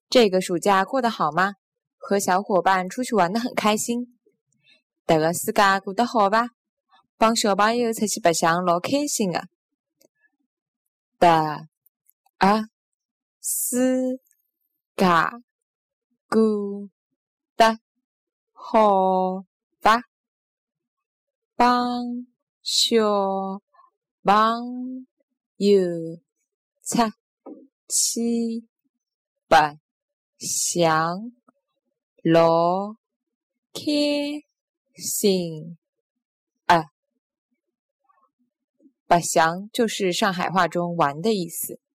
这个暑假过得好吗？和小伙伴出去玩得很开心。迭个暑假过得好吧？帮小朋友出去白相老开心的。迭个暑假过得好吧？帮小朋友出去白相老开心啊！白相就是上海话中玩的意思。